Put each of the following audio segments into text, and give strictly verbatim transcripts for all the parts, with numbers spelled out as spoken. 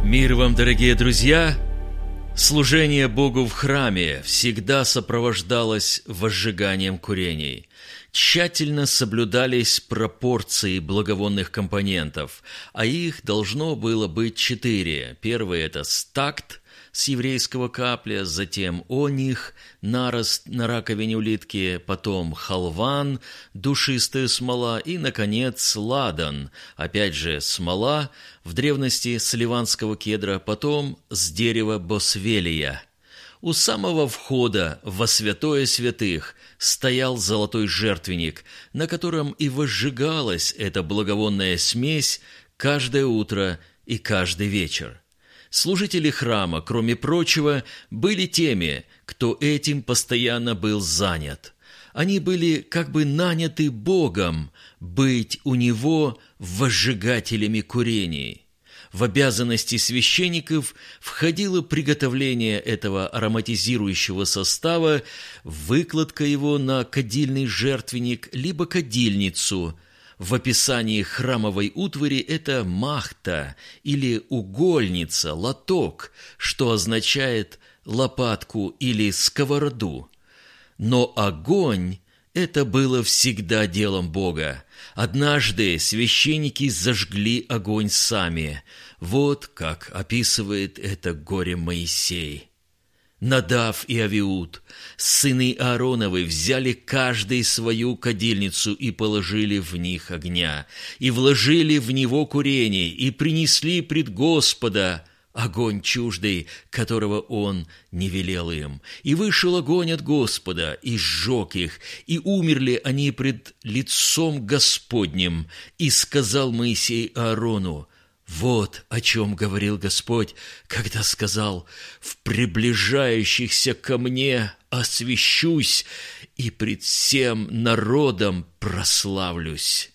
Мир вам, дорогие друзья! Служение Богу в храме всегда сопровождалось возжиганием курений. Тщательно соблюдались пропорции благовонных компонентов, а их должно было быть четыре. Первый – это стакт с еврейского капля, затем оних, нарост на раковине улитки, потом халван, душистая смола и, наконец, ладан, опять же, смола, в древности с ливанского кедра, потом с дерева босвелия. У самого входа во святое святых стоял золотой жертвенник, на котором и возжигалась эта благовонная смесь каждое утро и каждый вечер. Служители храма, кроме прочего, были теми, кто этим постоянно был занят. Они были как бы наняты Богом быть у Него возжигателями курений. В обязанности священников входило приготовление этого ароматизирующего состава, выкладка его на кадильный жертвенник либо кадильницу. В описании храмовой утвари это махта или угольница, лоток, что означает лопатку или сковороду. Но огонь – это было всегда делом Бога. Однажды священники зажгли огонь сами. Вот как описывает это горе Моисей. Надав и Авиуд, сыны Аароновы, взяли каждый свою кадильницу и положили в них огня, и вложили в него курений, и принесли пред Господа огонь чуждый, которого он не велел им. И вышел огонь от Господа, и сжег их, и умерли они пред лицом Господним. И сказал Моисей Аарону: вот о чем говорил Господь, когда сказал: «В приближающихся ко мне освящусь, и пред всем народом прославлюсь».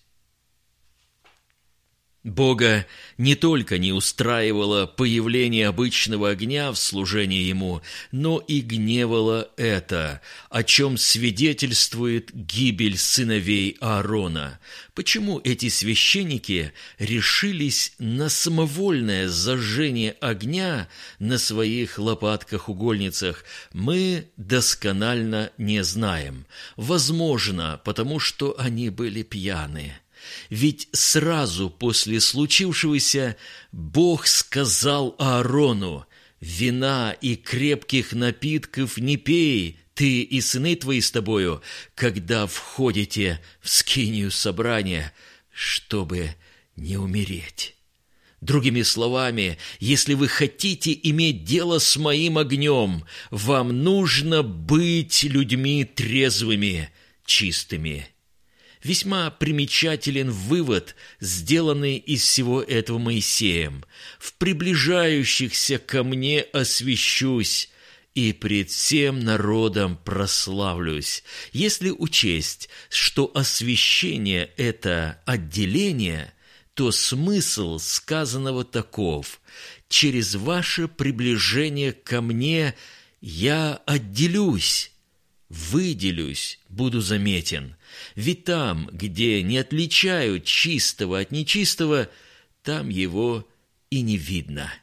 Бога не только не устраивало появление обычного огня в служении Ему, но и гневало это, о чем свидетельствует гибель сыновей Аарона. Почему эти священники решились на самовольное зажжение огня на своих лопатках-угольницах, мы досконально не знаем. Возможно, потому что они были пьяны. Ведь сразу после случившегося Бог сказал Аарону: «Вина и крепких напитков не пей, ты и сыны твои с тобою, когда входите в скинию собрания, чтобы не умереть». Другими словами, если вы хотите иметь дело с моим огнем, вам нужно быть людьми трезвыми, чистыми. Весьма примечателен вывод, сделанный из всего этого Моисеем: «В приближающихся ко мне освящусь, и пред всем народом прославлюсь». Если учесть, что освящение – это отделение, то смысл сказанного таков: «Через ваше приближение ко мне я отделюсь, выделюсь, буду заметен». Ведь там, где не отличают чистого от нечистого, там его и не видно.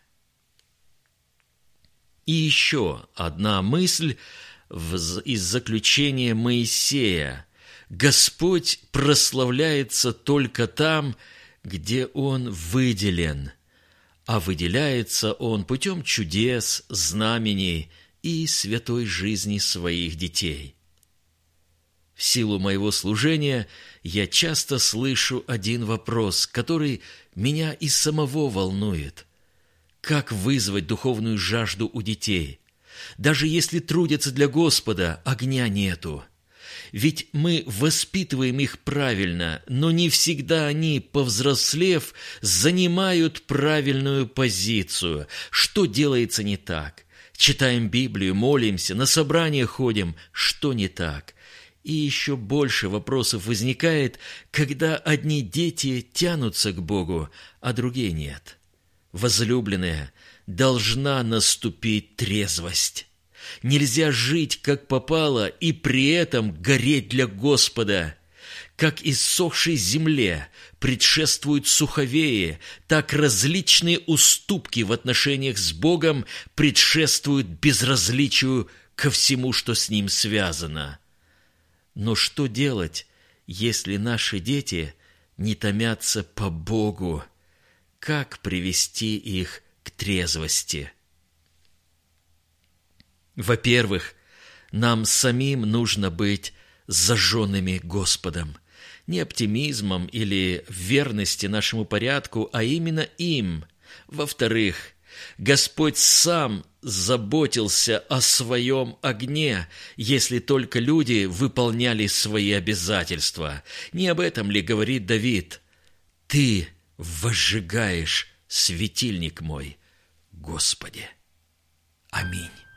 И еще одна мысль из заключения Моисея. Господь прославляется только там, где Он выделен, а выделяется Он путем чудес, знамений и святой жизни своих детей. В силу моего служения я часто слышу один вопрос, который меня и самого волнует. Как вызвать духовную жажду у детей? Даже если трудятся для Господа, огня нету. Ведь мы воспитываем их правильно, но не всегда они, повзрослев, занимают правильную позицию. Что делается не так? Читаем Библию, молимся, на собрания ходим. Что не так? И еще больше вопросов возникает, когда одни дети тянутся к Богу, а другие нет. Возлюбленная, должна наступить трезвость. Нельзя жить как попало и при этом гореть для Господа. Как иссохшей земле предшествуют суховеи, так различные уступки в отношениях с Богом предшествуют безразличию ко всему, что с Ним связано. Но что делать, если наши дети не томятся по Богу? Как привести их к трезвости? Во-первых, нам самим нужно быть зажженными Господом. Не оптимизмом или верности нашему порядку, а именно им. Во-вторых, Господь сам заботился о своем огне, если только люди выполняли свои обязательства. Не об этом ли говорит Давид? «Ты возжигаешь светильник мой, Господи». Аминь.